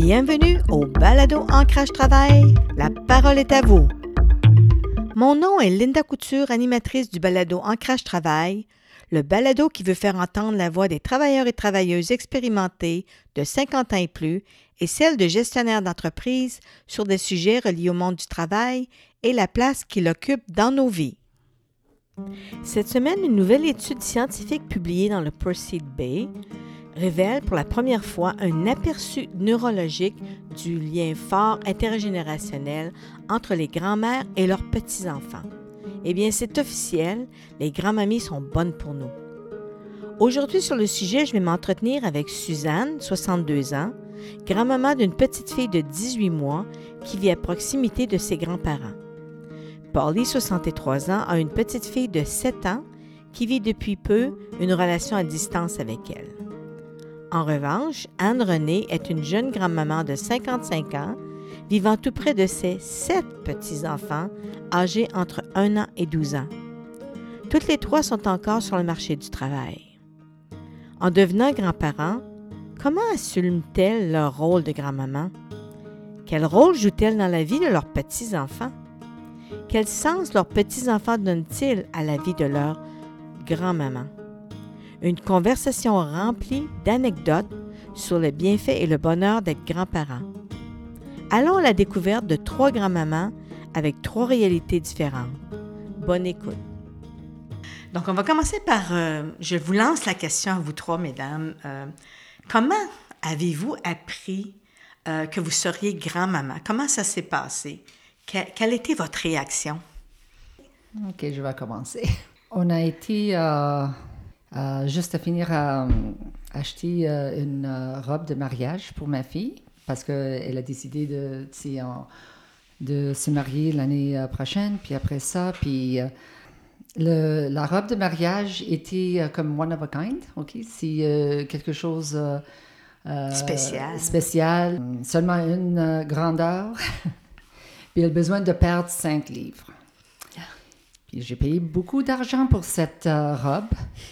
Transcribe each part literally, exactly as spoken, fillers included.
Bienvenue au Balado Ancrage Travail. La parole est à vous. Mon nom est Linda Couture, animatrice du Balado Ancrage Travail, le balado qui veut faire entendre la voix des travailleurs et travailleuses expérimentés de cinquante ans et plus et celle de gestionnaires d'entreprises sur des sujets reliés au monde du travail et la place qu'il occupe dans nos vies. Cette semaine, une nouvelle étude scientifique publiée dans le Proceed Bay révèle pour la première fois un aperçu neurologique du lien fort intergénérationnel entre les grands-mères et leurs petits-enfants. Eh bien, c'est officiel, les grands-mamies sont bonnes pour nous. Aujourd'hui, sur le sujet, je vais m'entretenir avec Suzanne, soixante-deux ans, grand-maman d'une petite fille de dix-huit mois qui vit à proximité de ses grands-parents. Paulie, soixante-trois ans, a une petite fille de sept ans qui vit depuis peu une relation à distance avec elle. En revanche, Anne-Renée est une jeune grand-maman de cinquante-cinq ans vivant tout près de ses sept petits-enfants âgés entre un an et douze ans. Toutes les trois sont encore sur le marché du travail. En devenant grands-parents, comment assument-elles leur rôle de grand-maman? Quel rôle jouent-elles dans la vie de leurs petits-enfants? Quel sens leurs petits-enfants donnent-ils à la vie de leur grand-maman? Une conversation remplie d'anecdotes sur le bienfait et le bonheur d'être grands-parents. Allons à la découverte de trois grands-mamans avec trois réalités différentes. Bonne écoute. Donc, on va commencer par, euh, je vous lance la question à vous trois, mesdames. Euh, comment avez-vous appris euh, que vous seriez grand-maman? Comment ça s'est passé? Que, quelle était votre réaction? OK, je vais commencer. On a été euh, euh, juste à finir à acheter euh, une euh, robe de mariage pour ma fille parce qu'elle a décidé de, en, de se marier l'année prochaine. Puis après ça, puis euh, le, la robe de mariage était euh, comme one of a kind. OK? C'est euh, quelque chose euh, euh, spécial. spécial. Seulement une euh, grandeur. Puis elle a besoin de perdre cinq livres. Puis j'ai payé beaucoup d'argent pour cette euh, robe.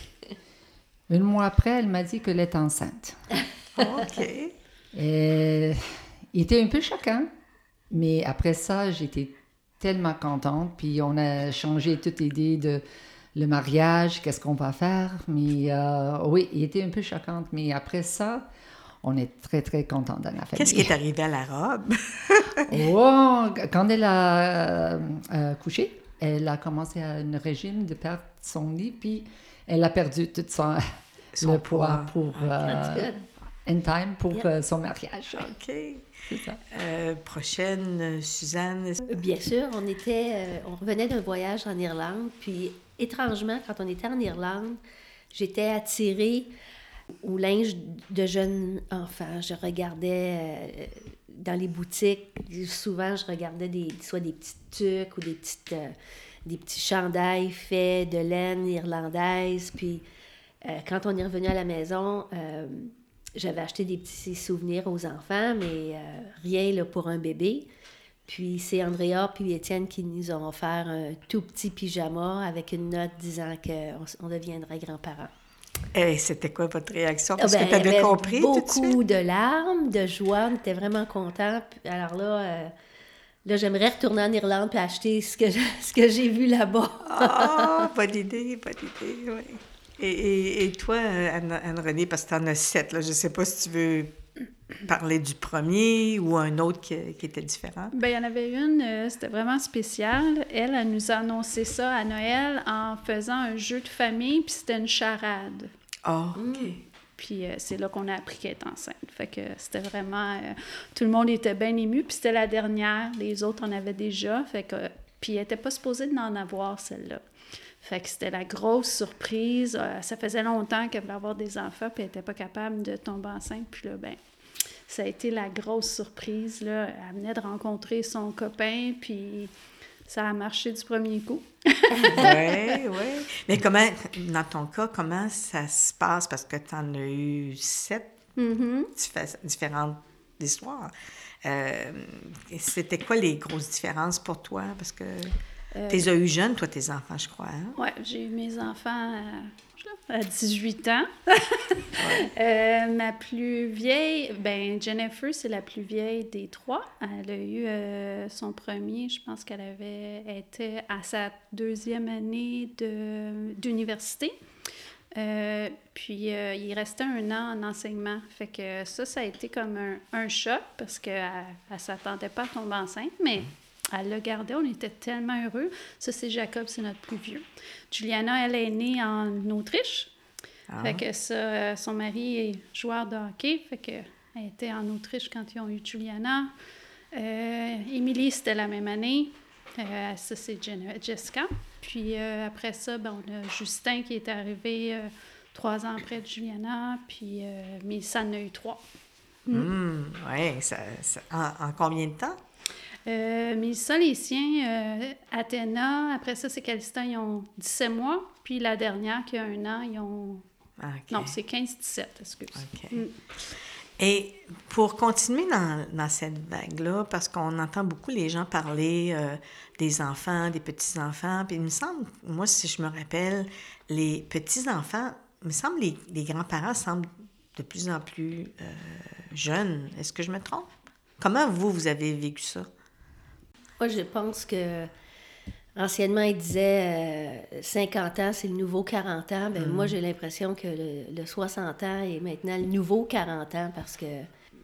Un mois après, elle m'a dit qu'elle est enceinte. OK. Et, il était un peu choquant, mais après ça, j'étais tellement contente. Puis on a changé toute l'idée de le mariage, qu'est-ce qu'on va faire. Mais euh, oui, il était un peu choquant, mais après ça, on est très, très contents dans la famille. Qu'est-ce qui est arrivé à la robe? Oh, quand elle a euh, euh, couché, elle a commencé à un régime de perdre son lit, puis elle a perdu tout son, son le poids, poids pour euh, in time pour yeah. euh, son mariage. OK. C'est ça. Euh, prochaine, Suzanne. Bien sûr, on était, euh, on revenait d'un voyage en Irlande, puis étrangement, quand on était en Irlande, j'étais attirée au linge de jeunes enfants. Je regardais euh, dans les boutiques, souvent je regardais des, soit des petites tuques ou des, petites, euh, des petits chandails faits de laine irlandaise. Puis euh, quand on est revenu à la maison, euh, j'avais acheté des petits souvenirs aux enfants, mais euh, rien là, pour un bébé. Puis c'est Andrea puis Étienne qui nous ont offert un tout petit pyjama avec une note disant qu'on on deviendrait grands-parents. Et c'était quoi votre réaction? Parce oh ben, que tu avais compris tout de suite? Beaucoup de larmes, de joie. On était vraiment contents. Alors là, euh, là j'aimerais retourner en Irlande et acheter ce que, je, ce que j'ai vu là-bas. Ah, oh, bonne idée, bonne idée, oui. Et, et, et toi, Anne, Anne-Renée, parce que tu en as sept, là, je ne sais pas si tu veux parler du premier ou un autre qui, qui était différent. Bien, il y en avait une, euh, c'était vraiment spécial. Elle, elle nous a annoncé ça à Noël en faisant un jeu de famille, puis c'était une charade. Ah, oh, OK. Mm. Puis euh, c'est là qu'on a appris qu'elle est enceinte. Fait que c'était vraiment... Euh, tout le monde était bien ému, puis c'était la dernière. Les autres en avaient déjà, fait que... Puis elle n'était pas supposée d'en avoir, celle-là. Fait que c'était la grosse surprise. Euh, ça faisait longtemps qu'elle voulait avoir des enfants, puis elle n'était pas capable de tomber enceinte. Puis là, ben ça a été la grosse surprise, là. Elle venait de rencontrer son copain, puis ça a marché du premier coup. Oui, oui. Mais comment, dans ton cas, comment ça se passe? Parce que tu en as eu sept mm-hmm. dif- différentes histoires. Euh, c'était quoi les grosses différences pour toi? Parce que... Euh, Tu les as eu jeunes, toi, tes enfants, je crois. Hein? Oui, j'ai eu mes enfants à, à dix-huit ans. ouais. euh, ma plus vieille, ben Jennifer, c'est la plus vieille des trois. Elle a eu euh, son premier, je pense qu'elle avait été à sa deuxième année de, d'université. Euh, puis, euh, il restait un an en enseignement. Fait que ça, ça a été comme un, un choc parce qu'elle ne s'attendait pas à tomber enceinte, mais elle l'a gardé. On était tellement heureux. Ça, c'est Jacob, c'est notre plus vieux. Juliana, elle est née en Autriche. Ah. Fait que ça, euh, son mari est joueur de hockey. Fait qu'elle était en Autriche quand ils ont eu Juliana. Euh, Émilie, c'était la même année. Euh, ça, c'est Jen- Jessica. Puis euh, après ça, ben, on a Justin qui est arrivé euh, trois ans après de Juliana. Puis euh, Mélissa en a eu trois. Mm. Mmh, oui, ça, ça, en, en combien de temps? Euh, Mélissa, les siens, euh, Athéna, après ça, c'est Calista, ils ont dix-sept mois. Puis la dernière, qui a un an, ils ont... Okay. Non, c'est quinze dix-sept, excuse. OK. Mm. Et pour continuer dans, dans cette vague-là, parce qu'on entend beaucoup les gens parler euh, des enfants, des petits-enfants, puis il me semble, moi, si je me rappelle, les petits-enfants, il me semble les, les grands-parents semblent de plus en plus euh, jeunes. Est-ce que je me trompe? Comment vous, vous avez vécu ça? Moi, je pense que anciennement, ils disaient euh, cinquante ans, c'est le nouveau quarante ans. Ben, mm. Moi, j'ai l'impression que le, le soixante ans est maintenant le nouveau quarante ans parce que...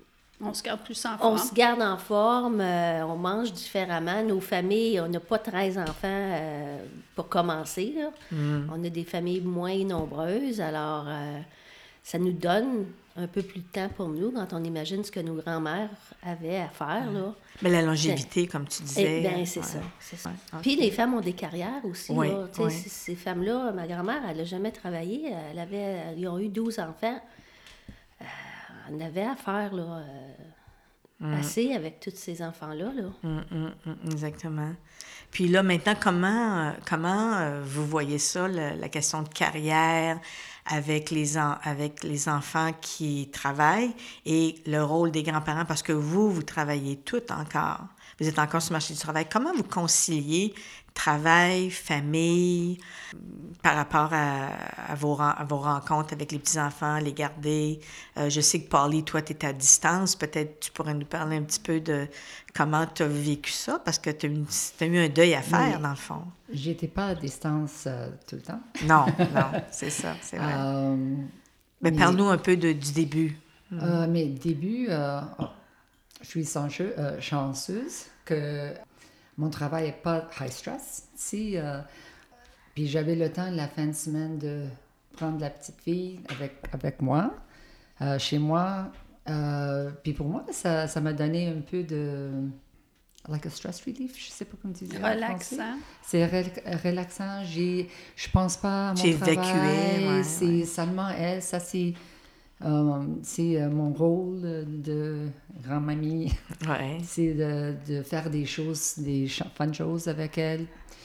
On se garde plus en forme. On se garde en forme, euh, on mange différemment. Nos familles, on n'a pas treize enfants euh, pour commencer. Là. Mm. On a des familles moins nombreuses, alors euh, ça nous donne un peu plus de temps pour nous quand on imagine ce que nos grands-mères avaient à faire. Là. Mais la longévité, comme tu disais. Eh bien, c'est ouais. ça. C'est ça. Ouais, okay. Puis les femmes ont des carrières aussi. Oui, là. oui. Ces, ces femmes-là, ma grand-mère, elle n'a jamais travaillé. Elle avait, ils ont eu douze enfants. Euh, elle en avait à faire là, euh, mm. assez avec tous ces enfants-là. Là. Mm, mm, mm, exactement. Puis là, maintenant, comment, comment euh, vous voyez ça, la, la question de carrière avec les, en, avec les enfants qui travaillent et le rôle des grands-parents? Parce que vous, vous travaillez toutes encore. Vous êtes encore sur le marché du travail. Comment vous conciliez travail, famille, par rapport à, à, vos, à vos rencontres avec les petits-enfants, les garder? Euh, je sais que, Paulie, toi, tu es à distance. Peut-être tu pourrais nous parler un petit peu de comment tu as vécu ça, parce que tu as eu un deuil à faire, oui. dans le fond. J'étais pas à distance euh, tout le temps. Non, non, c'est ça, c'est vrai. Euh, mais, mais parle-nous un peu de, du début. Euh, mais début, euh, oh, je suis chanceuse, euh, chanceuse que mon travail n'est pas high stress. Si, euh, puis j'avais le temps la fin de semaine de prendre la petite fille avec, avec moi, euh, chez moi. Euh, puis pour moi, ça, ça m'a donné un peu de... like a stress relief, je sais pas comment tu dis. Relaxant. C'est re- relaxant. J'ai, je pense pas à mon J'ai travail. Évacué, ouais, c'est ouais. seulement elle. Ça, c'est, euh, c'est euh, mon rôle de grand-mamie. Ouais. C'est de, de faire des choses, des fun choses avec elle.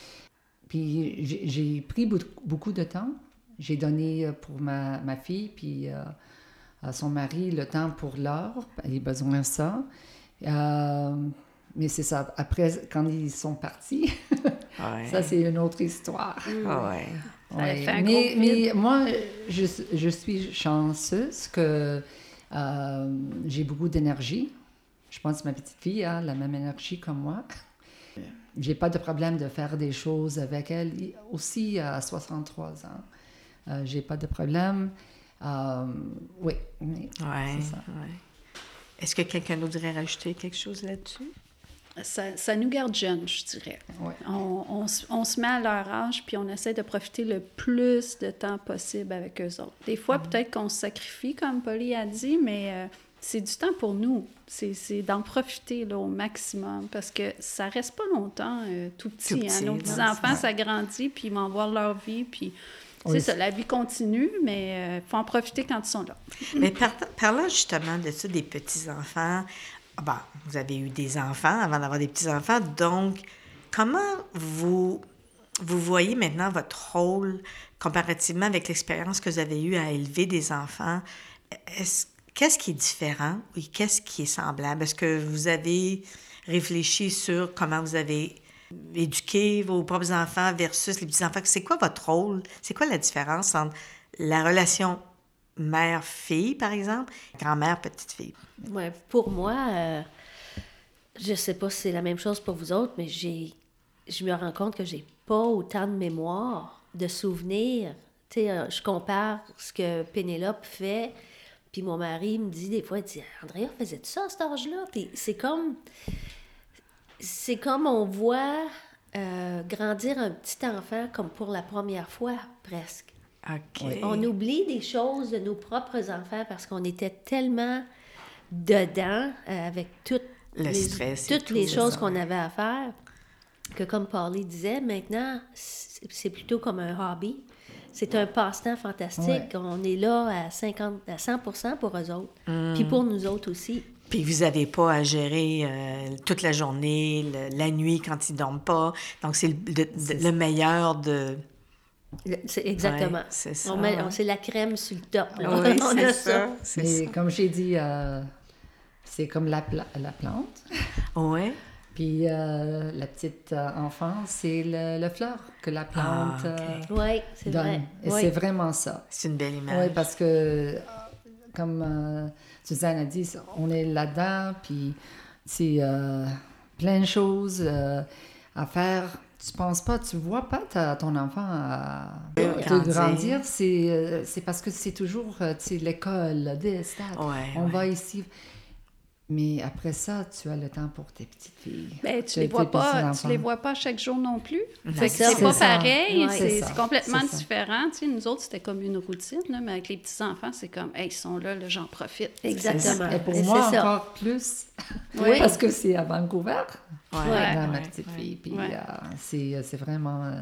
Puis j'ai, j'ai pris beaucoup de temps. J'ai donné pour ma, ma fille, puis... Euh, à son mari, le temps pour l'or, il a besoin de ça. Euh, mais c'est ça, après, quand ils sont partis, ouais. ça, c'est une autre histoire. Mmh. Ouais. Ouais. Mais, mais moi, je, je suis chanceuse que euh, j'ai beaucoup d'énergie. Je pense que ma petite fille a la même énergie que moi. J'ai pas de problème de faire des choses avec elle. Aussi, à soixante-trois ans, euh, j'ai pas de problème. Euh, oui, oui ouais, c'est ça. Ouais. Est-ce que quelqu'un nous voudrait rajouter quelque chose là-dessus? Ça, ça nous garde jeunes, je dirais. Ouais. On, on, on se met à leur âge, puis on essaie de profiter le plus de temps possible avec eux autres. Des fois, mm-hmm. peut-être qu'on se sacrifie, comme Paulie a dit, mais euh, c'est du temps pour nous. C'est, c'est d'en profiter là, au maximum, parce que ça reste pas longtemps euh, tout petit. Tout petit hein. Nos petits-enfants, ouais. ça grandit, puis ils vont voir leur vie, puis... C'est oui. ça, la vie continue, mais il euh, faut en profiter quand ils sont là. Mais par, parlant justement de ça, des petits-enfants, bon, vous avez eu des enfants avant d'avoir des petits-enfants, donc comment vous, vous voyez maintenant votre rôle comparativement avec l'expérience que vous avez eue à élever des enfants? Est-ce, qu'est-ce qui est différent ou qu'est-ce qui est semblable? Est-ce que vous avez réfléchi sur comment vous avez éduquer vos propres enfants versus les petits-enfants. C'est quoi votre rôle? C'est quoi la différence entre la relation mère-fille, par exemple, grand-mère, petite-fille? Ouais, pour moi, euh, je sais pas si c'est la même chose pour vous autres, mais j'ai, je me rends compte que j'ai pas autant de mémoire, de souvenirs. Tu sais, euh, je compare ce que Pénélope fait, puis mon mari me dit des fois, il dit « Andrea, faisais-tu ça à cet âge-là? » Puis c'est comme... C'est comme on voit euh, grandir un petit enfant comme pour la première fois, presque. OK. On oublie des choses de nos propres enfants parce qu'on était tellement dedans euh, avec toutes Le les, stress et toutes tout, les c'est choses ça, qu'on ouais. avait à faire que, comme Paulie disait, maintenant, c'est c'est plutôt comme un hobby. C'est un passe-temps fantastique. Ouais. On est là à, cinquante, à cent pour cent pour eux autres. Mm. Puis pour nous autres aussi. Puis vous n'avez pas à gérer euh, toute la journée, le- la nuit quand ils ne dorment pas. Donc, c'est le, le- C'est le meilleur de... Le- C'est exactement. Ouais, c'est ça, On met- ouais. on- c'est la crème sur le top. Là. Oui, On c'est a ça. C'est Mais ça. comme j'ai dit, euh, c'est comme la, pla- la plante. Oui. Puis euh, la petite euh, enfant, c'est le, le fleur que la plante Ah, ok. euh, Oui, c'est donne. vrai. Et Oui. c'est vraiment ça. C'est une belle image. Oui, parce que, euh, comme euh, Suzanne a dit, on est là-dedans, puis c'est euh, plein de choses euh, à faire. Tu penses pas, tu vois pas ta- ton enfant à, Grandir. de grandir. C'est, euh, c'est parce que c'est toujours, euh, tu sais, l'école, des stats. Ouais, on ouais. va ici. Mais après ça, tu as le temps pour tes petites filles. Ben, tu tes- les vois tes pas, tu petits-enfants. les vois pas chaque jour non plus. C'est Fait que ça. c'est pas C'est ça. pareil, Ouais. c'est C'est ça. c'est complètement C'est ça. différent. Tu sais, nous autres, c'était comme une routine, là, mais avec les petits-enfants, c'est comme, hey, ils sont là, là j'en profite. Exactement. Et pour Et moi, c'est ça. encore plus, Oui. parce que c'est à Vancouver, Ouais, Ouais. dans ma ouais, petite ouais. fille. Puis Ouais. euh, c'est, c'est vraiment... euh,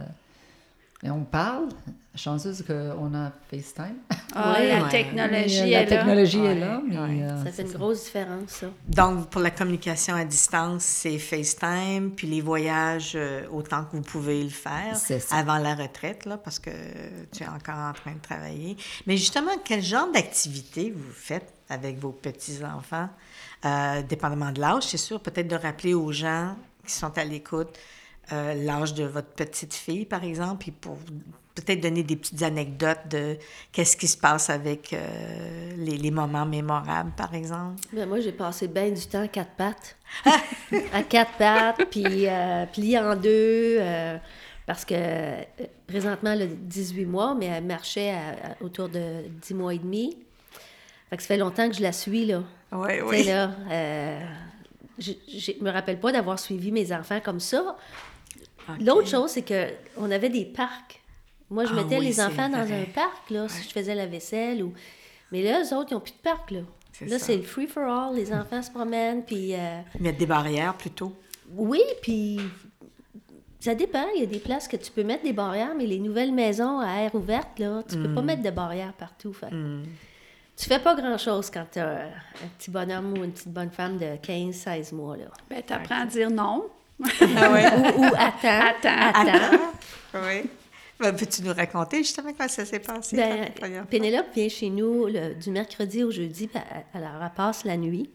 et on parle, chanceuse qu'on a FaceTime. Ah, Ouais. la Ouais. technologie Mais, euh, la est là. technologie Ouais, est là, mais... ouais. euh, Ça fait c'est une ça. grosse différence, ça. Donc, pour la communication à distance, c'est FaceTime, puis les voyages, euh, autant que vous pouvez le faire, C'est ça. avant la retraite, là, parce que tu es encore en train de travailler. Mais justement, quel genre d'activité vous faites avec vos petits-enfants? Euh, dépendamment de l'âge, c'est sûr, peut-être de rappeler aux gens qui sont à l'écoute euh, l'âge de votre petite fille, par exemple, puis pour peut-être donner des petites anecdotes de qu'est-ce qui se passe avec euh, les, les moments mémorables, par exemple. Mais moi, j'ai passé bien du temps à quatre pattes. à quatre pattes, puis euh, pliée en deux, euh, parce que euh, présentement, elle a dix-huit mois, mais elle marchait à- à- autour de dix mois et demi. Fait que ça fait longtemps que je la suis, là. Oui, Tu sais, là, euh, je ne me rappelle pas d'avoir suivi mes enfants comme ça. OK. L'autre chose, c'est qu'on avait des parcs. Moi, je Ah mettais oui, les c'est enfants dans vrai. un parc, là, si je faisais la vaisselle. Ou... Mais là, eux autres, ils n'ont plus de parc, là. C'est Là, ça. c'est le free-for-all. Les enfants se promènent, puis... euh, Mettre des barrières, plutôt. Oui, puis... Ça dépend. Il y a des places que tu peux mettre des barrières, mais les nouvelles maisons à air ouverte, là, tu peux pas mettre de barrières partout. Fait. Mm. Tu fais pas grand-chose quand tu as un petit bonhomme ou une petite bonne femme de quinze seize mois, là. Ben, t'apprends à dire non. Ah ouais. Ou, ou attends. Attends. Attends. Oui. Ben, peux-tu nous raconter justement comment ça s'est passé? Ben, la première fois? Pénélope vient chez nous le- du mercredi au jeudi, puis elle, elle, elle passe la nuit.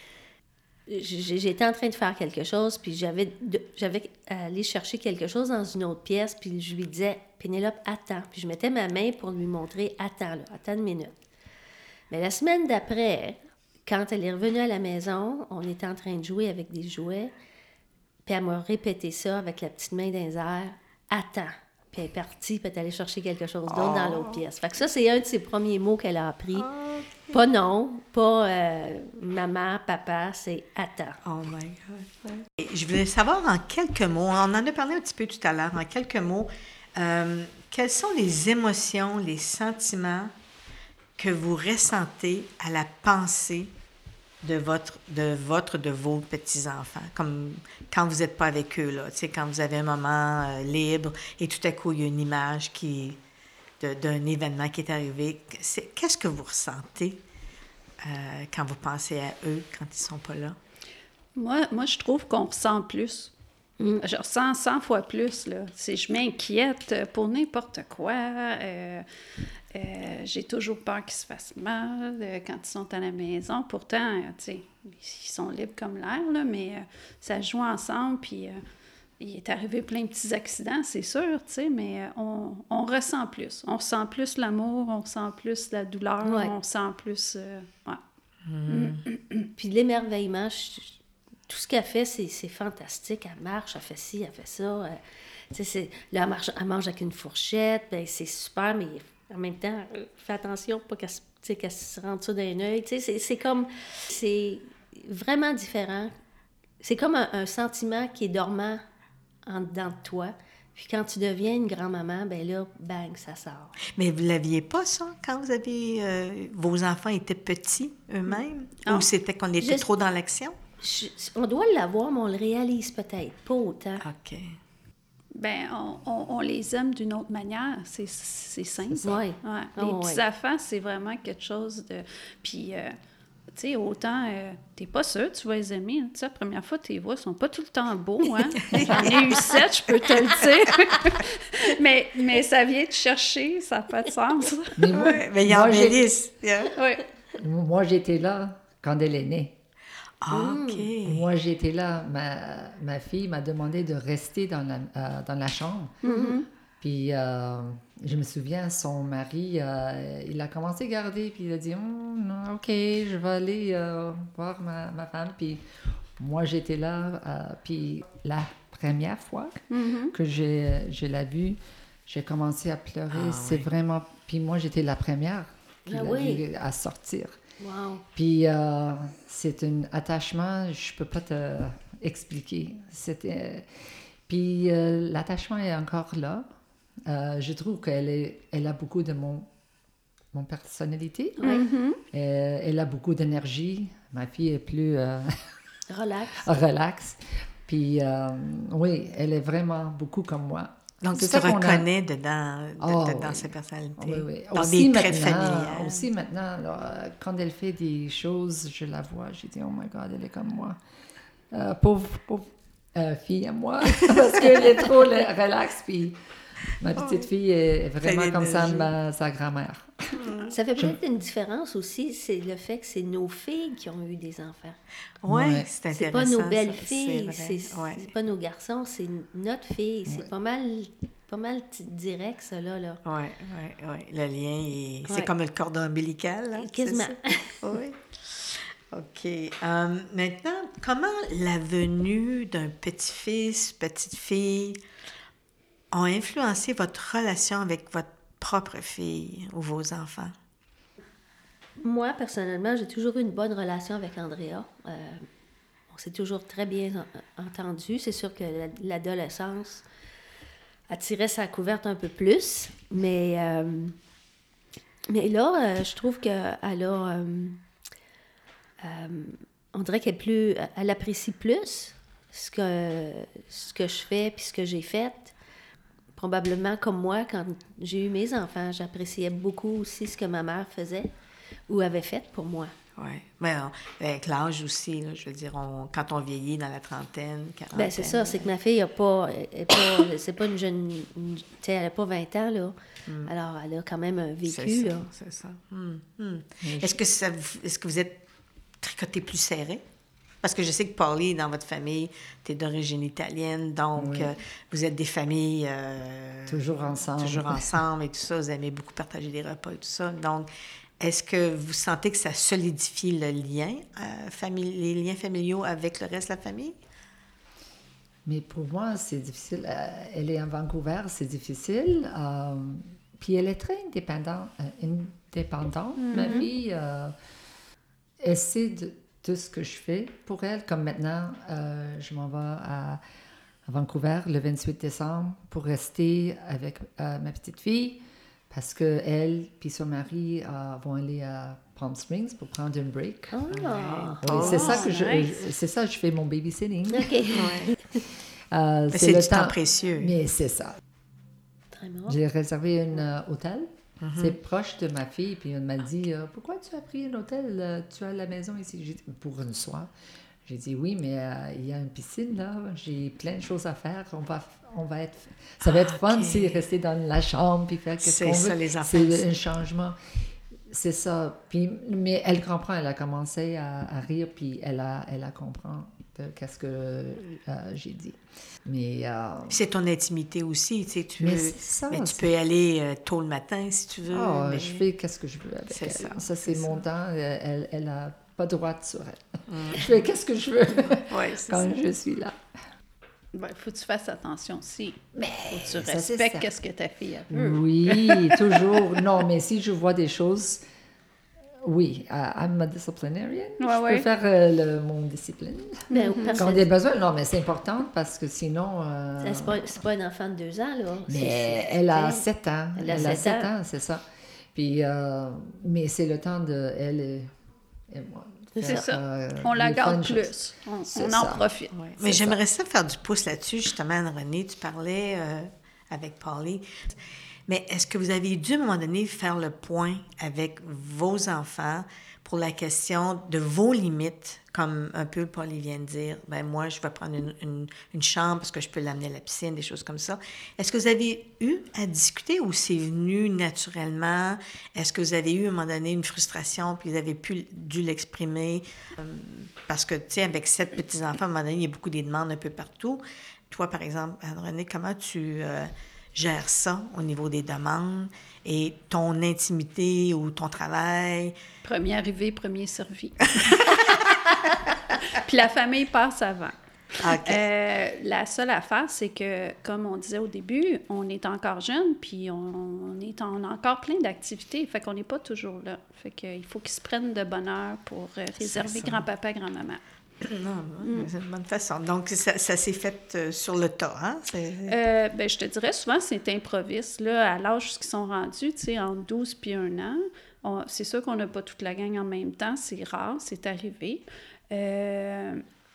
J'ai- J'étais en train de faire quelque chose, puis j'avais de- j'avais allé chercher quelque chose dans une autre pièce, puis je lui disais, Pénélope, attends. Puis je mettais ma main pour lui montrer, attends, là, attends une minute. Mais la semaine d'après, quand elle est revenue à la maison, on était en train de jouer avec des jouets, puis elle m'a répété ça avec la petite main dans les airs, attends. Puis elle est partie, puis elle est allée chercher quelque chose d'autre dans l'autre pièce. Fait que ça, c'est un de ses premiers mots qu'elle a appris. Pas non, pas euh, maman, papa, c'est attends. Oh my God. ouais. Et je voulais savoir en quelques mots, on en a parlé un petit peu tout à l'heure, en quelques mots, euh, quelles sont les émotions, les sentiments que vous ressentez à la pensée de votre, de votre, de vos petits-enfants, comme quand vous n'êtes pas avec eux, là, tu sais, quand vous avez un moment euh, libre et tout à coup, il y a une image qui, de- d'un événement qui est arrivé. C'est- Qu'est-ce que vous ressentez euh, quand vous pensez à eux, quand ils ne sont pas là? Moi, moi, je trouve qu'on ressent plus. Je ressens cent fois plus, là. Si je m'inquiète pour n'importe quoi, euh, euh, j'ai toujours peur qu'ils se fassent mal euh, quand ils sont à la maison. Pourtant, euh, tu sais, ils sont libres comme l'air, là, mais euh, ça joue ensemble, puis euh, il est arrivé plein de petits accidents, c'est sûr, tu sais, mais on, on ressent plus. On sent plus l'amour, on sent plus la douleur, Ouais. on sent plus... Euh, ouais. Mm. Puis l'émerveillement, je- tout ce qu'elle fait, c'est, c'est fantastique. Elle marche, elle fait ci, elle fait ça. euh, tu sais, c'est, là, elle, marche, elle mange avec une fourchette, ben c'est super, mais en même temps, euh, fais attention, pas qu'elle, se- tu sais, qu'elle se rentre ça dans un œil. Tu sais, c'est, c'est comme... C'est vraiment différent. C'est comme un, un sentiment qui est dormant en dedans de toi. Puis quand tu deviens une grand-maman, ben là, bang, ça sort. Mais vous l'aviez pas, ça, quand vous avez... euh, vos enfants étaient petits eux-mêmes? Ah. Ou c'était qu'on était Juste- trop dans l'action? Je- on doit l'avoir, mais on le réalise peut-être pas autant. OK. Ben, on, on, on les aime d'une autre manière, c'est, c'est simple. ça. Ouais. Ouais. Oh, Les ouais. petits-enfants, c'est vraiment quelque chose de... Puis, euh, tu sais, autant, euh, t'es pas sûr, tu vas les aimer. hein. Tu sais, la première fois, tes voix sont pas tout le temps beaux, hein? J'en ai eu sept, je peux te le dire. mais, mais ça vient te chercher, ça n'a pas de sens. Mais moi, Ouais, mais il y en moi, j'ai- embellissent. Yeah. Oui. moi, j'étais là quand elle est née. Ah, OK. Moi, j'étais là. Ma, ma fille m'a demandé de rester dans la, euh, dans la chambre. Puis, euh, je me souviens, son mari, euh, il a commencé à garder, puis il a dit, oh, non, OK, je vais aller euh, voir ma, ma femme. Puis, moi, j'étais là. Euh, puis, la première fois que je, je l'ai vue, j'ai commencé à pleurer. Ah, C'est oui. vraiment... Puis, moi, j'étais la première qui Ah l'a oui. vue à sortir. Wow. Puis euh, c'est un attachement, je peux pas te expliquer. C'était, puis euh, l'attachement est encore là. Euh, je trouve qu'elle est, elle a beaucoup de mon, mon personnalité. Mhm. Euh, elle a beaucoup d'énergie. Ma fille est plus euh, Relax. relax. Puis euh, oui, elle est vraiment beaucoup comme moi. Donc, C'est tu te ça qu'on a- reconnais dedans, de- Ah, dedans oui. sa personnalité. Oui, oui. Dans Aussi des traits maintenant, familiales. aussi maintenant, là, quand elle fait des choses, je la vois, j'ai dit, oh my God, elle est comme moi. Euh, pauvre pauvre euh, fille à moi, parce qu'elle est trop le- relax, puis ma petite fille est vraiment comme ça, l'énergie. ma, sa grand-mère. Ça fait peut-être une différence aussi, c'est le fait que c'est nos filles qui ont eu des enfants. Oui, Ouais. c'est intéressant. C'est pas nos ça. belles C'est filles, vrai. c'est Ouais. c'est pas nos garçons, c'est notre fille. C'est Ouais. pas mal, pas mal t- direct, ça, là. là. Oui, oui, oui. Le lien, est... c'est Ouais. comme le cordon ombilical. Hein, c'est Quasiment. ça? Oui. OK. Euh, maintenant, comment la venue d'un petit-fils, petite-fille ont influencé votre relation avec votre propre fille ou vos enfants? Moi, personnellement, j'ai toujours eu une bonne relation avec Andrea. Euh, on s'est toujours très bien en- entendu. C'est sûr que la- l'adolescence attirait sa couverte un peu plus, mais, euh, mais là, euh, je trouve qu'elle a... euh, euh, on dirait qu'elle est plus, elle apprécie plus ce que, ce que je fais puis ce que j'ai fait. Probablement comme moi, quand j'ai eu mes enfants, j'appréciais beaucoup aussi ce que ma mère faisait ou avait fait pour moi. Oui. Mais on- avec l'âge aussi, là, je veux dire, on- quand on vieillit dans la trentaine, quarantaine... Ben c'est ça, c'est que ma fille a pas, est pas c'est pas une jeune, une- tu sais, elle a pas vingt ans, là. Alors, elle a quand même un C'est vécu, ça, là. c'est ça. Hum, hum. Mais Est-ce que, ça vous- est-ce que vous êtes tricoté plus serré? Parce que je sais que Paulie, dans votre famille, tu es d'origine italienne, donc Oui. euh, vous êtes des familles... euh, Toujours ensemble. Toujours ensemble et tout ça. Vous aimez beaucoup partager des repas et tout ça. Donc, est-ce que vous sentez que ça solidifie le lien, euh, famili- les liens familiaux avec le reste de la famille? Mais pour moi, c'est difficile. Euh, elle est à Vancouver, c'est difficile. Euh, puis elle est très indépendante. euh, indépendante. Ma fille, euh, elle sait de tout ce que je fais pour elle. Comme maintenant, euh, je m'en vais à, à Vancouver le vingt-huit décembre pour rester avec euh, ma petite fille parce qu'elle puis son mari euh, vont aller à Palm Springs pour prendre un break. Ah, Oui, c'est ça que je, nice. je- c'est ça, je fais mon babysitting. OK. Ouais. Euh, Mais c'est le du temps précieux. Mais c'est ça. Très bon. J'ai réservé un euh, hôtel. C'est proche de ma fille. Puis elle m'a dit euh, pourquoi tu as pris un hôtel euh, Tu as la maison ici. J'ai dit pour une soir. J'ai dit oui, mais euh, il y a une piscine là. J'ai plein de choses à faire. On va, on va être. Ça va être Ah, fun ok. si rester dans la chambre puis faire qu'est-ce C'est qu'on ça, veut. les enfants, C'est c'est- un changement. C'est ça. Puis, mais elle comprend. Elle a commencé à, à rire puis elle a, elle a comprend de qu'est-ce que euh, j'ai dit. Mais... Euh, c'est ton intimité aussi, tu sais, tu mais veux... c'est ça, mais tu c'est... peux y aller euh, tôt le matin, si tu veux. Oh, mais... je fais qu'est-ce que je veux avec c'est elle. Ça, ça c'est, c'est mon ça. temps. Elle, elle a pas de droit sur elle. Mm. Je fais qu'est-ce que je veux ouais, c'est quand ça. je suis là. Ben, il faut que tu fasses attention aussi. Mais faut que tu ça, respectes qu'est-ce que ta fille a veut. Oui, toujours. Non, mais si je vois des choses, oui, uh, I'm a disciplinarian. Ouais, je ouais. peux faire euh, le, mon discipline. Ben, Mm-hmm. Quand il y a besoin, non, mais c'est important parce que sinon... Euh... C'est, pas, c'est pas un enfant de deux ans, là. Mais c'est, c'est, elle a c'est... sept ans. Elle a elle sept a sept ans. ans, c'est ça. Puis, euh, mais c'est le temps de elle et, et moi. C'est Faire, ça. Euh, on la garde choses. plus. On, on en ça. profite. Ouais. Mais j'aimerais ça faire du pouce là-dessus, justement, Anne-Renée. Tu parlais euh, avec Paulie. Mais est-ce que vous avez dû, à un moment donné, faire le point avec vos enfants pour la question de vos limites, comme un peu Paulie vient de dire, ben moi, je vais prendre une, une, une chambre parce que je peux l'amener à la piscine, des choses comme ça. Est-ce que vous avez eu à discuter ou c'est venu naturellement? Est-ce que vous avez eu, à un moment donné, une frustration puis vous avez pu, dû l'exprimer? Parce que, tu sais, avec sept petits-enfants, à un moment donné, il y a beaucoup des demandes un peu partout. Toi, par exemple, Anne-Renée, comment tu... Euh, gère ça au niveau des demandes et ton intimité ou ton travail? Premier arrivé, premier servi. Puis la famille passe avant. Okay. Euh, la seule affaire, c'est que, comme on disait au début, on est encore jeune, puis on, on est en encore plein d'activités, fait qu'on n'est pas toujours là. Fait qu'il faut qu'ils se prennent de bonne heure pour euh, réserver grand-papa, grand-maman. Non, non, c'est une bonne façon. Donc, ça, ça s'est fait euh, sur le tas, hein? C'est... Euh, ben, je te dirais, souvent, c'est improviste. Là, à l'âge qu'ils sont rendus, tu sais, entre douze puis un an, on, c'est sûr qu'on n'a pas toute la gang en même temps. C'est rare, c'est arrivé. Euh,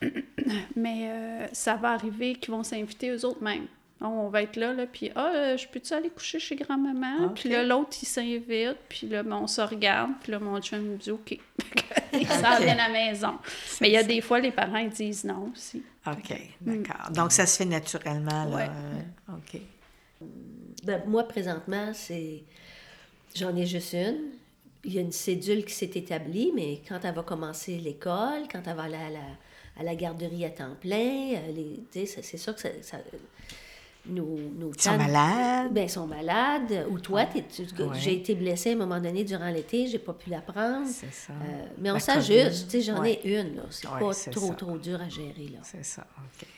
mais euh, ça va arriver qu'ils vont s'inviter eux autres mêmes. On va être là, là puis « Ah, euh, je peux-tu aller coucher chez grand-maman? » Puis là, l'autre, il s'invite, puis là, ben, on se regarde, puis là, mon chum me dit « OK. » Il s'en vient à la maison. C'est mais il y a ça. des fois, les parents, ils disent non aussi. OK, d'accord. Donc, ça se fait naturellement, là. Ouais. Euh, OK. Ben, moi, présentement, c'est... J'en ai juste une. Il y a une cédule qui s'est établie, mais quand elle va commencer l'école, quand elle va aller à la, à la garderie à temps plein, les, c'est, c'est sûr que ça... ça Nos, nos Ils sont malades? Ben, ils sont malades. Ou toi, t'es, tu, Ouais. j'ai été blessée à un moment donné durant l'été, j'ai pas pu la prendre. C'est ça. Euh, mais on La s'ajuste. Tu sais, j'en ouais. ai une. Là. C'est Ouais, pas c'est trop, ça. trop dur à gérer. Là. C'est ça, OK.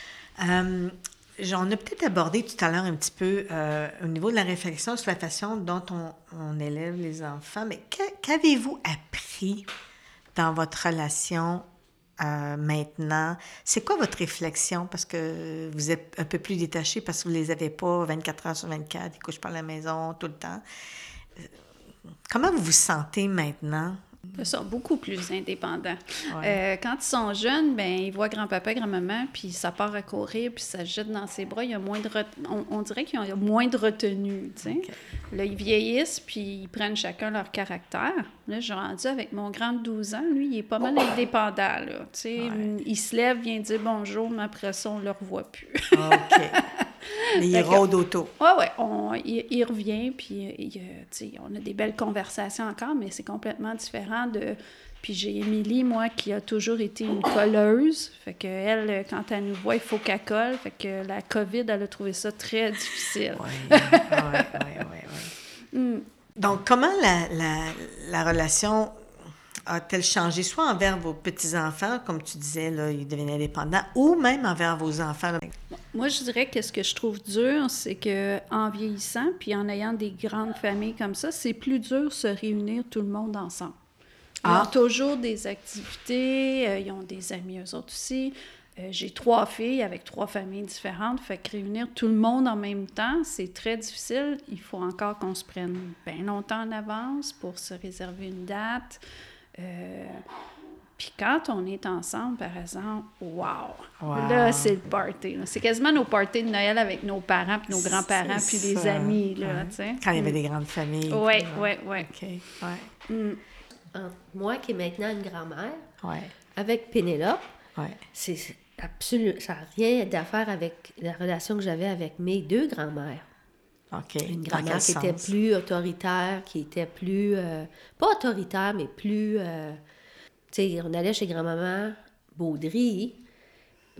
Euh, on a peut-être abordé tout à l'heure un petit peu euh, au niveau de la réflexion sur la façon dont on, on élève les enfants, mais qu'a- qu'avez-vous appris dans votre relation euh, maintenant? C'est quoi votre réflexion? Parce que vous êtes un peu plus détachés parce que vous ne les avez pas vingt-quatre heures sur vingt-quatre, ils ne couchent pas à la maison tout le temps. Euh, Comment vous vous sentez maintenant? Ils sont beaucoup plus indépendants. Ouais. Euh, quand ils sont jeunes, ben ils voient grand-papa, grand-maman, puis ça part à courir, puis ça se jette dans ses bras. Il y a moins de ret- on, on dirait qu'il y a moins de retenue, tu sais. Okay. Là, ils vieillissent, puis ils prennent chacun leur caractère. Là, j'ai rendu avec mon grand de douze ans, lui, il est pas mal indépendant, là. Tu sais, Ouais. il se lève, vient dire bonjour, mais après ça, on le revoit plus. OK. Mais il Fait que- rôde autour. Oui, oui, on, il, il revient, puis il, euh, tu sais, on a des belles conversations encore, mais c'est complètement différent de... Puis j'ai Émilie, moi, qui a toujours été une colleuse, fait qu'elle, quand elle nous voit, il faut qu'elle colle, fait que la COVID, elle a trouvé ça très difficile. Oui, oui, oui, oui. Mm. Donc, comment la, la, la relation a-t-elle changé, soit envers vos petits-enfants, comme tu disais, là, ils devenaient indépendants, ou même envers vos enfants? Là? Moi, je dirais que ce que je trouve dur, c'est que en vieillissant, puis en ayant des grandes familles comme ça, c'est plus dur de se réunir tout le monde ensemble. Ils Ah. ont toujours des activités, euh, ils ont des amis eux autres aussi. Euh, j'ai trois filles avec trois familles différentes, fait que réunir tout le monde en même temps, c'est très difficile. Il faut encore qu'on se prenne bien longtemps en avance pour se réserver une date. Euh, Puis quand on est ensemble, par exemple, wow! Wow. Là, c'est le party. là. C'est quasiment nos parties de Noël avec nos parents, puis nos grands-parents, puis C'est les ça. amis, là, Ouais. tu sais. Quand il y avait des grandes familles. Oui, puis, oui, oui. OK, ouais, Mm. Entre moi, qui est maintenant une grand-mère, ouais, avec Pénélope, ouais. c'est absolument... Ça n'a rien d'affaire avec la relation que j'avais avec mes deux grand-mères. OK. Une Dans grand-mère quel qui était sens? plus autoritaire, qui était plus... euh, pas autoritaire, mais plus... euh, tu sais, on allait chez grand-maman Baudry,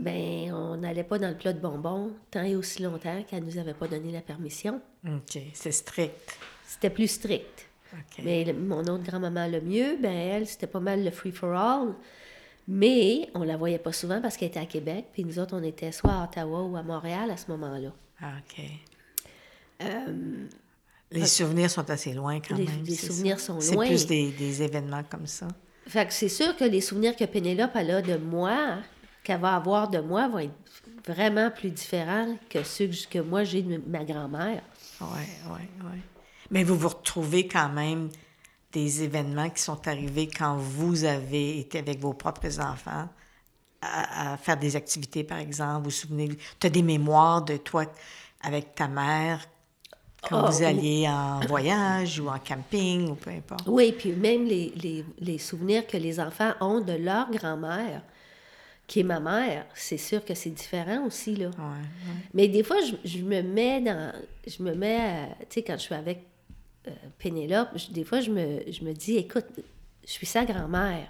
ben on n'allait pas dans le plat de bonbons tant et aussi longtemps qu'elle nous avait pas donné la permission. OK, c'est strict. C'était plus strict. OK. Mais le- mon autre grand-maman, le mieux, ben elle, c'était pas mal le free-for-all. Mais on la voyait pas souvent parce qu'elle était à Québec, puis nous autres, on était soit à Ottawa ou à Montréal à ce moment-là. Ah, OK. Euh, Les souvenirs sont assez loin quand Les- même. les c'est souvenirs ça. sont C'est loin. plus des, des événements comme ça. Fait que c'est sûr que les souvenirs que Pénélope elle a de moi, qu'elle va avoir de moi, vont être vraiment plus différents que ceux que, que moi j'ai de ma grand-mère. Oui, oui, oui. Mais vous vous retrouvez quand même des événements qui sont arrivés quand vous avez été avec vos propres enfants à, à faire des activités, par exemple. Vous vous souvenez, tu as des mémoires de toi avec ta mère quand Ah, vous oui. alliez en voyage ou en camping ou peu importe. Oui, puis même les, les, les souvenirs que les enfants ont de leur grand-mère, qui est ma mère, c'est sûr que c'est différent aussi, là. Ouais, ouais. Mais des fois, je, je me mets dans... Je me mets... à- Tu sais, quand je suis avec euh, Pénélope, je- des fois, je me, je me dis, écoute, je suis sa grand-mère.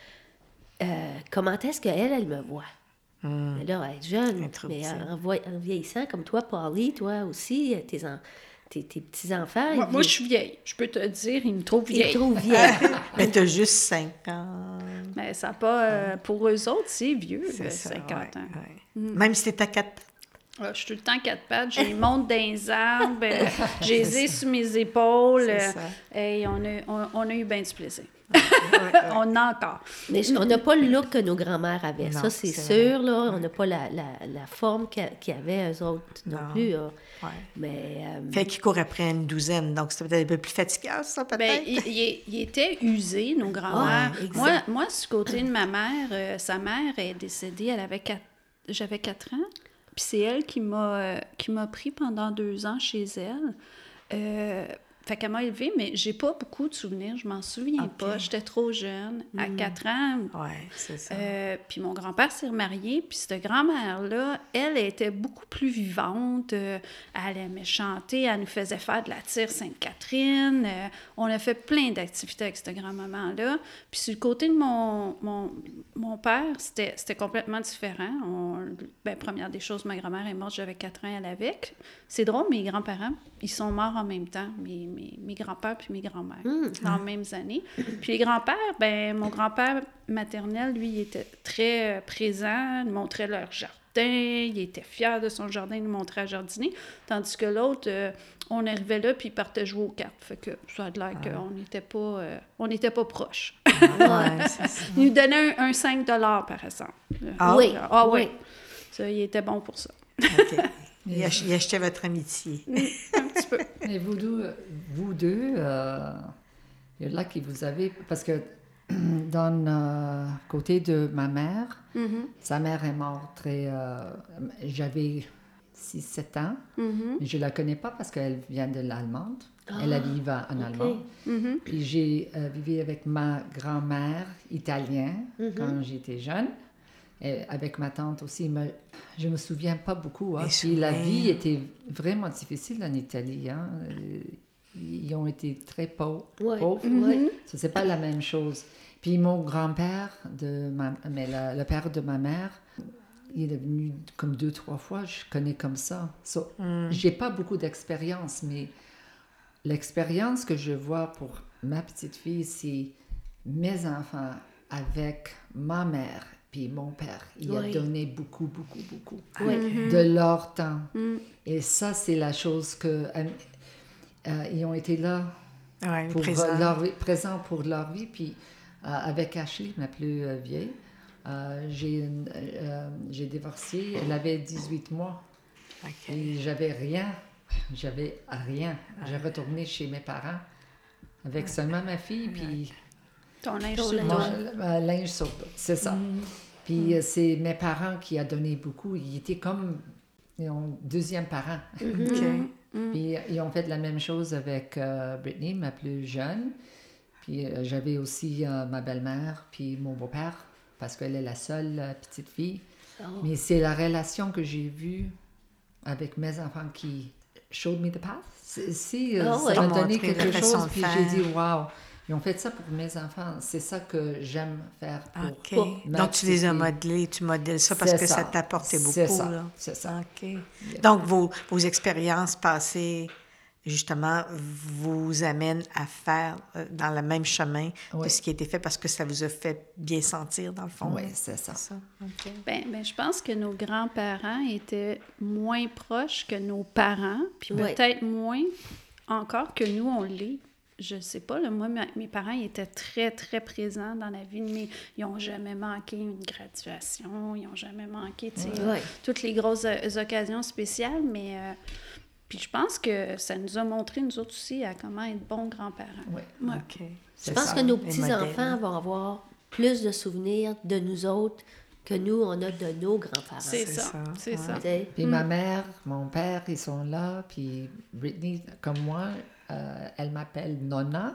Euh, comment est-ce qu'elle, elle me voit? Mais là, elle est jeune, Elle est trop mais petite. en, voi- en vieillissant, comme toi, Paulie, toi aussi, tes, en- tes, tes petits-enfants... Moi, ils moi, je vie- suis vieille. Je peux te dire, ils me trouvent ils vieille. trouvent vieille. Mais tu as juste cinq ans. Mais ça n'a pas... euh, pour eux autres, c'est vieux, C'est le ça, cinquante ouais, ans. ouais. Même si tu à quatre. Ah, je suis tout le temps quatre pattes, j'ai monte dans les arbres, euh, j'ai les ai sur mes épaules. C'est euh, ça. et on a, on, on a eu bien du plaisir. Ouais, ouais. On en a encore. Mais je- on n'a pas le look que nos grands-mères avaient. Non, ça, c'est c'est sûr, là. On n'a pas la, la, la forme qu'a- qu'avaient eux autres non, Non. plus. là. Ouais. Mais... euh, Fait qu'ils courent après une douzaine, donc c'était peut-être un peu plus fatigant, ça, peut-être? Ben, il, il- il était usé, nos grands-mères. Ouais, exact. moi, moi, du côté de ma mère, euh, sa mère est décédée, elle avait quatre, j'avais quatre ans. Puis c'est elle qui m'a, euh, qui m'a pris pendant deux ans chez elle. Euh, fait qu'elle m'a élevée, mais j'ai pas beaucoup de souvenirs, je m'en souviens Ok. pas. J'étais trop jeune. À quatre ans, Oui, c'est ça. Euh, puis mon grand-père s'est remarié, puis cette grand-mère-là, elle était beaucoup plus vivante. Euh, elle aimait chanter, elle nous faisait faire de la tire Sainte-Catherine. Euh, on a fait plein d'activités avec cette grand-maman-là. Puis sur le côté de mon, mon, mon père, c'était, c'était complètement différent. On, ben, première des choses, ma grand-mère est morte, j'avais quatre ans, elle avec. C'est drôle, mes grands-parents, ils sont morts en même temps, mes, mes, mes grands-pères puis mes grands-mères, dans les mêmes années. Puis les grands-pères, ben mon grand-père maternel, lui, il était très euh, présent, il montrait leur jardin, il était fier de son jardin, il nous montrait à jardiner, tandis que l'autre, euh, on arrivait là, puis il partait jouer aux cartes. Fait que ça a l'air qu'on n'était pas, euh, on n'était pas proches. Ouais, c'est ça. Il nous donnait un, un cinq dollars, par exemple. Ah. Oui, Ah oui. oui. Ça, il était bon pour ça. OK. Il, ach- il achetait votre amitié. Un petit peu. Et vous deux, vous deux euh, il y a là qui vous avez... Parce que dans le côté de ma mère, sa mère est morte très... euh, j'avais six sept ans, mais je ne la connais pas parce qu'elle vient de l'allemande. Elle a vécu en allemand. Puis j'ai euh, vécu avec ma grand-mère italienne quand j'étais jeune. Et avec ma tante aussi, mais je me souviens pas beaucoup. Hein. Les Puis la souvenirs. vie était vraiment difficile en Italie. Hein. Euh, Ils ont été très pauvres. Ouais. pauvres. Ouais. Ça, c'est pas la même chose. Puis mon grand-père, de ma, mais la- le père de ma mère, il est venu comme deux, trois fois. Je connais comme ça. So, J'ai pas beaucoup d'expérience, mais l'expérience que je vois pour ma petite fille, c'est mes enfants avec ma mère puis mon père. Il Oui. a donné beaucoup, beaucoup, beaucoup Oui. de leur temps. Et ça, c'est la chose que... euh, euh, ils ont été là Oui, pour présent. euh, leur vie, présents pour leur vie. Puis euh, avec Ashley, ma plus euh, vieille, euh, j'ai, une- euh, j'ai divorcé. Elle avait dix-huit mois. OK. Et j'avais rien. J'avais rien. J'ai retourné chez mes parents avec seulement ma fille, puis Ton linge Ton sur le linge. dos. mon euh, linge sur le dos. C'est ça. Puis euh, c'est mes parents qui a donné beaucoup. Ils étaient comme ils ont deuxième parent. OK. Puis ils ont fait la même chose avec euh, Brittany, ma plus jeune. Puis euh, j'avais aussi euh, ma belle-mère, puis mon beau-père, parce qu'elle est la seule euh, petite fille. Oh. Mais c'est la relation que j'ai vue avec mes enfants qui showed me the path. C'est, c'est, euh, Ah ça ouais. m'a T'ont donné montré la quelque façon chose, de puis faire. j'ai dit, wow, Ils ont fait ça pour mes enfants. C'est ça que j'aime faire pour OK. pour ma Donc, tu les as petite fille. modelés, tu modèles ça parce C'est que ça, ça. t'a apporté beaucoup. C'est ça. Là. C'est ça. OK. Donc, vos, vos expériences passées, justement, vous amènent à faire euh, dans le même chemin de Oui. ce qui a été fait parce que ça vous a fait bien sentir, dans le fond. Oui, c'est ça. C'est ça. OK. Ben, ben, je pense que nos grands-parents étaient moins proches que nos parents, puis Ouais. peut-être moins encore que nous, on l'est. Je sais pas, là, moi, ma- mes parents ils étaient très, très présents dans la vie de mes... Ils n'ont jamais manqué une graduation, ils n'ont jamais manqué, tu sais, Ouais. toutes les grosses euh, occasions spéciales, mais... euh, puis je pense que ça nous a montré, nous autres aussi, à comment être bons grands-parents. Oui. Ouais. OK. Je C'est pense ça. que nos Les petits-enfants modèles. vont avoir plus de souvenirs de nous autres que nous, on a de nos grands-parents. C'est c'est ça, ça. c'est Ouais. ça. Tu sais? Puis ma mère, mon père, ils sont là. Puis Brittany, comme moi, euh, elle m'appelle Nonna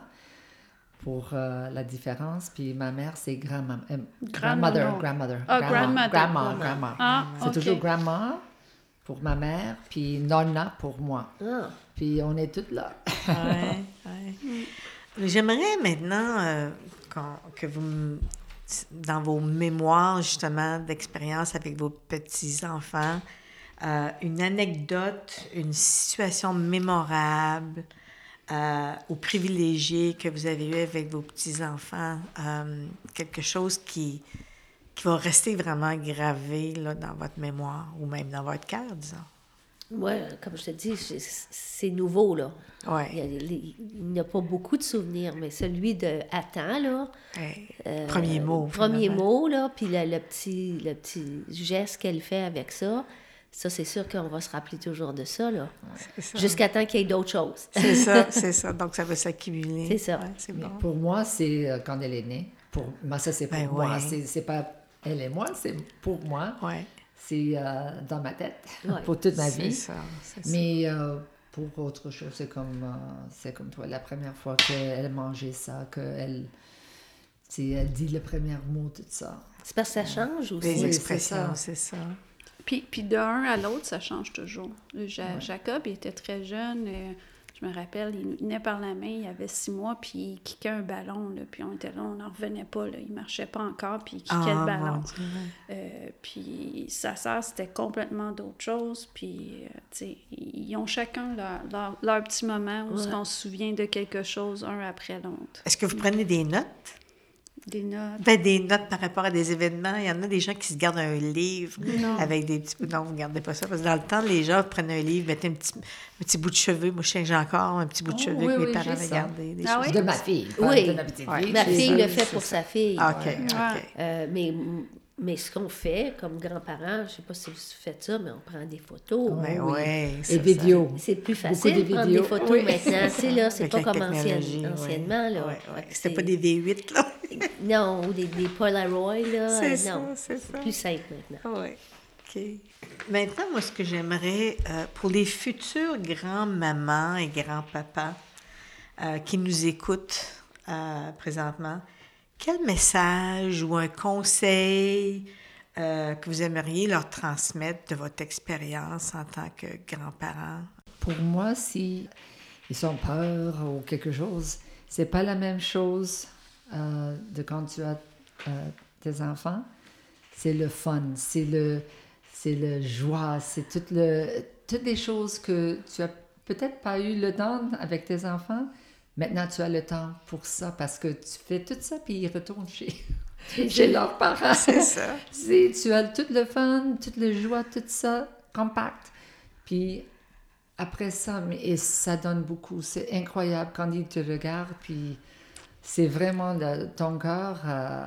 pour euh, la différence. Puis ma mère, c'est grandma, euh, grandmother, Grand-maman. grandmother. Ah, grandma, grandmother. grandma, grandma. Ah, C'est OK. toujours grandma pour ma mère, puis Nonna pour moi. Ah, Puis on est toutes là. Ouais, ouais. J'aimerais maintenant euh, qu'on- que vous, me- dans vos mémoires justement d'expérience avec vos petits-enfants, euh, une anecdote, une situation mémorable euh, ou privilégiée que vous avez eue avec vos petits-enfants, euh, quelque chose qui, qui va rester vraiment gravé là, dans votre mémoire ou même dans votre cœur, disons. moi, comme je te dis, c'est- c'est nouveau, là. Il y Oui. a- les- il n'y a pas beaucoup de souvenirs, mais celui de « Attends », là... euh, Premier mot. Premier finalement. mot, là, puis le, le petit, le petit geste qu'elle fait avec ça, ça, c'est sûr qu'on va se rappeler toujours de ça, là. C'est ça. Jusqu'à temps qu'il y ait d'autres choses. C'est ça, c'est ça. Donc, ça va s'accumuler. C'est ça. Ouais, c'est Mais bon. pour moi, c'est euh, quand elle est née. Pour moi, ça, c'est pour Ben moi. ouais. C'est, c'est pas elle et moi, c'est pour moi. Ouais. C'est euh, dans ma tête Ouais. pour toute ma C'est vie. ça, c'est ça. Mais euh, pour autre chose, c'est comme, euh, c'est comme toi, la première fois qu'elle mangeait ça, qu'elle tu sais, elle dit le premier mot, tout ça. C'est parce que ça change aussi. Les Oui, expressions, c'est c'est ça. Puis, puis d'un à l'autre, ça change toujours. Ja- Jacob, il était très jeune. euh, je me rappelle, il nous tenait par la main, il avait six mois, puis il kickait un ballon. Là, puis on était là, on n'en revenait pas. Là, il marchait pas encore, puis il kickait Ah, le ballon. mon Dieu. Euh, puis sa sœur, c'était complètement d'autre chose. Puis, euh, tu sais, ils ont chacun leur, leur, leur petit moment où Ouais. on se souvient de quelque chose un après l'autre. Est-ce que vous prenez des notes? Des notes. Ben, des notes par rapport à des événements. Il y en a des gens qui se gardent un livre Non. avec des petits... Non, vous ne gardez pas ça. Parce que dans le temps, les gens prenaient un livre, mettaient un petit, un petit bout de cheveux. Moi, je sais que j'ai encore un petit bout de Oh, cheveux oui, que mes oui, parents j'ai avaient ça. gardé. Des Ah choses oui? De ma fille, pas Oui. de ma petite Ouais. fille. Ma c'est fille ça, le fait c'est pour ça. sa fille. Ah, OK, Ouais. OK. Euh, mais, mais ce qu'on fait comme grands-parents, je sais pas si vous faites ça, mais on prend des photos. Mais oui. ouais, ça, Et ça- vidéo. C'est plus Beaucoup facile de de prendre vidéos. des photos Oui. maintenant. Tu sais, là, c'est Avec pas la comme ancienne- technologie, ouais. anciennement, là. Ouais, Fait ouais. que C'était c'est- pas des V huit, là. Non, ou des, des Polaroid, là. C'est euh, ça, non, c'est ça. plus simple maintenant. Oui. OK. Maintenant, moi, ce que j'aimerais, euh, pour les futurs grands-mamans et grands-papas euh, qui nous écoutent euh, présentement, quel message ou un conseil euh, que vous aimeriez leur transmettre de votre expérience en tant que grands-parents? Pour moi, si ils ont peur ou quelque chose, c'est pas la même chose euh, de quand tu as euh, tes enfants. C'est le fun, c'est le, c'est le joie, c'est tout le, toutes les choses que tu as peut-être pas eu le temps avec tes enfants. Maintenant, tu as le temps pour ça parce que tu fais tout ça puis ils retournent chez, chez leurs parents. C'est ça. C'est, tu as tout le fun, toute la joie, tout ça compact. Puis après ça, mais, et ça donne beaucoup. C'est incroyable quand ils te regardent, puis c'est vraiment le- ton cœur. Euh,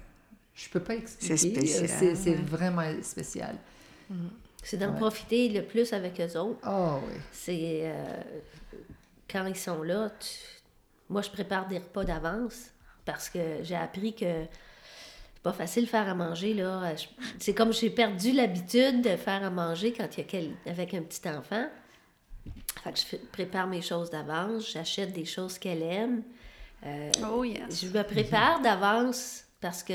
je peux pas expliquer. C'est spécial, C'est, c'est ouais. vraiment spécial. C'est d'en Ouais. profiter le plus avec eux autres. Oh oui. C'est euh, quand ils sont là, tu- moi je prépare des repas d'avance parce que j'ai appris que c'est pas facile de faire à manger là. Je- C'est comme j'ai perdu l'habitude de faire à manger quand il y a quel- avec un petit enfant. Fait que je fais- prépare mes choses d'avance, j'achète des choses qu'elle aime. Euh, Oh yes. je me prépare d'avance parce que je-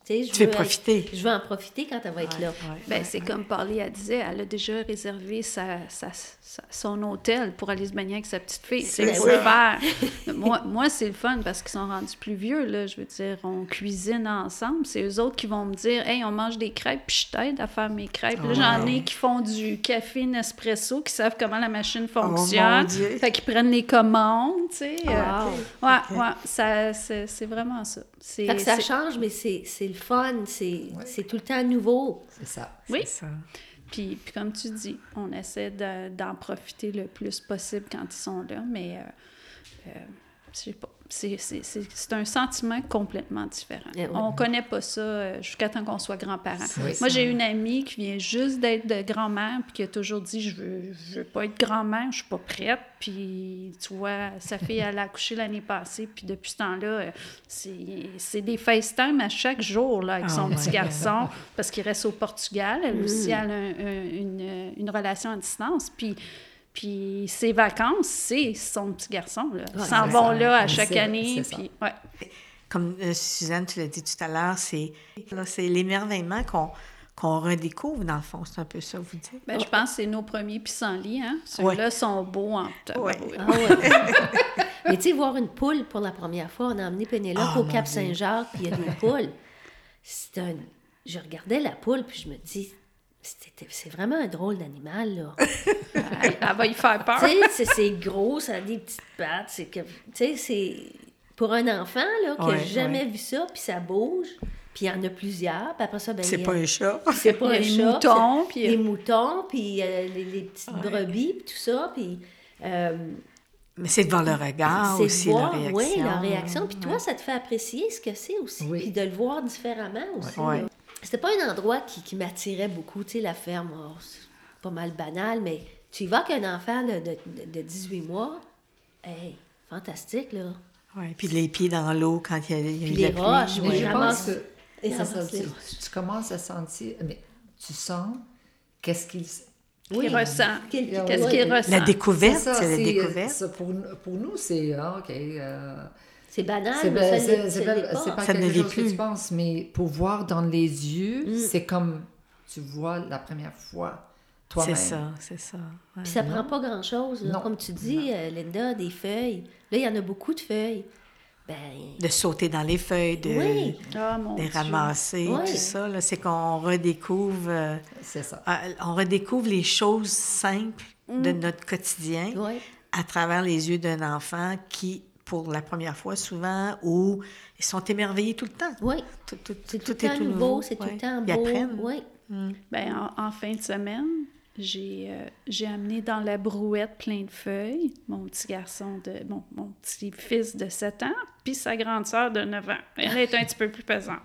Tu sais, je Tu veux veux profiter. être- je veux en profiter quand elle va être Ouais, là. ouais, Ben, ouais, c'est ouais. comme Paulie disait, elle a déjà réservé sa, sa- sa- son hôtel pour aller se baigner avec sa petite fille. C'est C'est pour ça. le faire. moi, moi c'est le fun parce qu'ils sont rendus plus vieux. Là, je veux dire, on cuisine ensemble. C'est eux autres qui vont me dire « Hey, on mange des crêpes, puis je t'aide à faire mes crêpes. Là, j'en Ouais. ai qui font du café Nespresso, qui savent comment la machine Oh, mon fonctionne. Dieu. Fait qu'ils prennent les commandes, tu sais. euh, Wow. ouais, Ok. ouais, ça, c'est, c'est vraiment ça. C'est, Fait que ça c'est- change, mais c'est c'est le fun, c'est c'est tout le temps nouveau. C'est ça. Oui. C'est ça. Puis, puis comme tu dis, on essaie de- d'en profiter le plus possible quand ils sont là, mais euh, euh, je sais pas. C'est, c'est, c'est, c'est un sentiment complètement différent. Eh oui. On connaît pas ça euh, jusqu'à temps qu'on soit grands-parents. Oui. Moi, j'ai une amie qui vient juste d'être de grand-mère puis qui a toujours dit « Je veux, je veux pas être grand-mère, je suis pas prête. » Puis, tu vois, sa fille, elle a accouché l'année passée, puis depuis ce temps-là, euh, c'est, c'est des FaceTime à chaque jour là, avec Oh son my petit God. garçon parce qu'il reste au Portugal. Elle aussi, elle a un- un- une, une relation à distance. Puis, puis ses vacances, c'est son petit garçon. Là. Ils Ouais, s'en c'est vont ça. là à Oui, chaque c'est- année. c'est ça. Puis, ouais. Comme euh, Suzanne, tu l'as dit tout à l'heure, c'est, là, c'est l'émerveillement qu'on, qu'on redécouvre, dans le fond. C'est un peu ça, vous dites? Ben, je pense que c'est nos premiers pissenlits. Hein? Ceux-là sont beaux en tabarouette. Ah ouais. Mais tu sais, voir une poule pour la première fois, on a emmené Pénélope Ah, au mon Cap Dieu. Saint-Jacques, puis il y a des poules. C'est un... Je regardais la poule, puis je me dis, c'était- c'est vraiment un drôle d'animal, là. Elle, elle va y faire peur. Tu sais, c'est- c'est gros, ça a des petites pattes, c'est que... Tu sais, c'est... Pour un enfant, là, qui n'a Ouais, jamais ouais. vu ça, puis ça bouge, puis il y en a plusieurs, puis après ça, ben... C'est il y a- pas un chat. c'est pas Il y a un les chat, moutons, c'est- puis- les moutons, puis euh, les, les petites Ouais. brebis, puis tout ça, puis... euh, Mais c'est de voir le regard c'est de aussi, voir, la réaction. oui, leur réaction. Puis toi, Ouais. ça te fait apprécier ce que c'est aussi, Oui. puis de le voir différemment aussi. Ouais. là. C'était pas un endroit qui, qui m'attirait beaucoup, tu sais, la ferme, oh, c'est pas mal banal, mais tu y vas qu'un enfant de, de, de dix-huit mois, hey, fantastique, là. Ouais, puis les pieds dans l'eau quand il y a, il y a Puis eu les la pluie. roches, Mais oui, je ramasse- pense que et c'est ramasse ça, les tu, roches. tu commences à sentir, mais tu sens qu'est-ce qu'il Oui. Qu'il ressent. Qu'il- Qu'est-ce oui. qu'il ressent. La découverte, ça, c'est la c'est- découverte. ça, pour, pour nous, c'est ah, OK. euh, C'est banal, c'est mais pas- ça c'est- l'est- c'est ça pas, l'est pas. c'est pas Ça ne quelque l'est chose que plus. tu penses, mais pour voir dans les yeux, Mm. c'est comme tu vois la première fois C'est toi-même. ça, c'est ça. Ouais. Puis ça Non. prend pas grand-chose, là. Non. Comme tu dis, euh, Linda, des feuilles. Là, il y en a beaucoup de feuilles. Ben, De sauter dans les feuilles, de oui. Ah, mon les Dieu. ramasser, Ouais. tout ça. Là, c'est qu'on redécouvre, euh, C'est ça. euh, on redécouvre les choses simples de notre quotidien Oui. à travers les yeux d'un enfant qui, pour la première fois souvent, où ils sont émerveillés tout le temps. Oui. Tout, tout- C'est tout tout le temps nouveau, c'est tout ouais. le temps Ils beau. apprennent. Oui. Ben, en, en fin de semaine, j'ai, euh, j'ai amené dans la brouette plein de feuilles mon petit garçon, de mon, mon petit fils de sept ans, puis sa grande sœur de neuf ans. Elle est un petit peu plus pesante.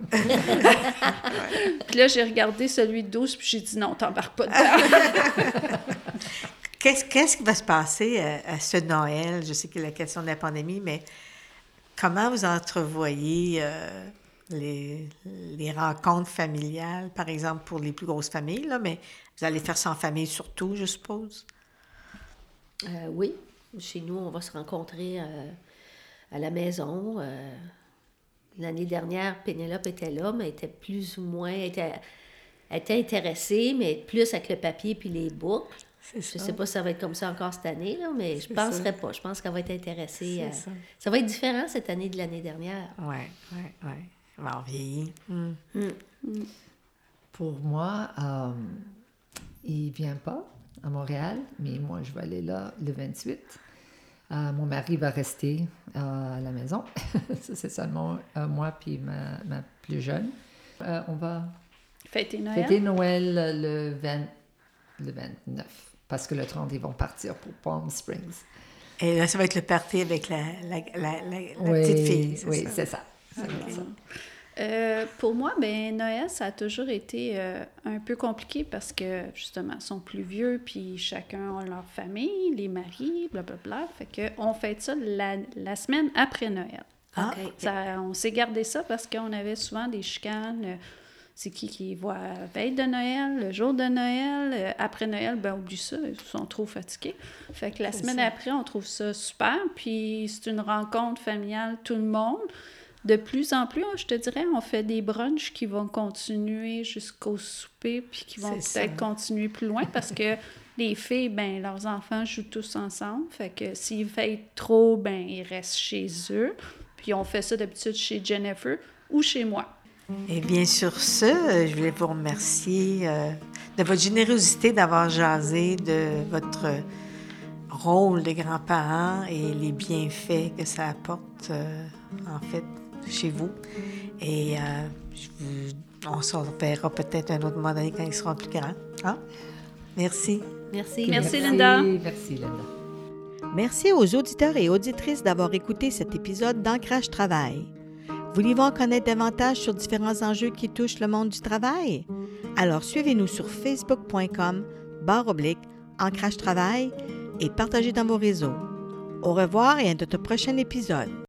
Puis là, j'ai regardé celui de douze, puis j'ai dit non, t'embarques pas dedans. Qu'est-ce, qu'est-ce qui va se passer à, à ce Noël? Je sais que la question de la pandémie, mais comment vous entrevoyez euh, les, les rencontres familiales, par exemple, pour les plus grosses familles, là, mais vous allez faire ça en famille surtout, je suppose? Euh, oui. Chez nous, on va se rencontrer euh, à la maison. Euh, l'année dernière, Pénélope était là, mais elle était plus ou moins... Elle était, elle était intéressée, mais plus avec le papier puis les boucles. C'est Je ça. sais pas si ça va être comme ça encore cette année, là, mais je C'est penserais ça. pas. Je pense qu'elle va être intéressée. C'est à- ça. ça va être différent cette année de l'année dernière. Oui, oui, oui. On va en vieillir. Mm. Pour moi, euh, il ne vient pas à Montréal, mais moi, je vais aller là le vingt-huit. Euh, mon mari va rester euh, à la maison. Ça, c'est seulement euh, moi puis ma, ma plus jeune. Euh, on va Fêter Noël. fêter Noël le, vingt, le vingt-neuf, parce que le trente, ils vont partir pour Palm Springs. Et là, ça va être le party avec la, la, la, la, la oui, petite fille, c'est oui, ça? c'est ça. C'est Ok. ça. Euh, pour moi, ben Noël, ça a toujours été euh, un peu compliqué parce que, justement, ils sont plus vieux, puis chacun a leur famille, les maris, blablabla. Fait que on fête ça la, la semaine après Noël. Ah, OK. Ça, on s'est gardé ça parce qu'on avait souvent des chicanes. euh, C'est qui qui voit la veille de Noël, le jour de Noël. euh, Après Noël, ben oublie ça, ils sont trop fatigués. Fait que la C'est semaine ça. après, on trouve ça super. Puis c'est une rencontre familiale, tout le monde. de plus en plus, je te dirais, on fait des brunchs qui vont continuer jusqu'au souper, puis qui vont C'est peut-être ça. continuer plus loin, parce que les filles, ben leurs enfants jouent tous ensemble, fait que s'ils veillent trop, ben ils restent chez eux. Puis on fait ça d'habitude chez Jennifer ou chez moi. Et bien sur ce, je voulais vous remercier euh, de votre générosité d'avoir jasé de votre rôle de grands-parents et les bienfaits que ça apporte, euh, en fait, chez vous. Et euh, je vous, on se reverra peut-être un autre moment donné quand ils seront plus grands. Hein? Merci. Merci. Merci, Linda. Merci, Linda. Merci aux auditeurs et auditrices d'avoir écouté cet épisode d'Ancrage Travail. Voulez-vous en connaître davantage sur différents enjeux qui touchent le monde du travail? Alors suivez-nous sur facebook point com barre oblique Ancrage Travail et partagez dans vos réseaux. Au revoir et à notre prochain épisode.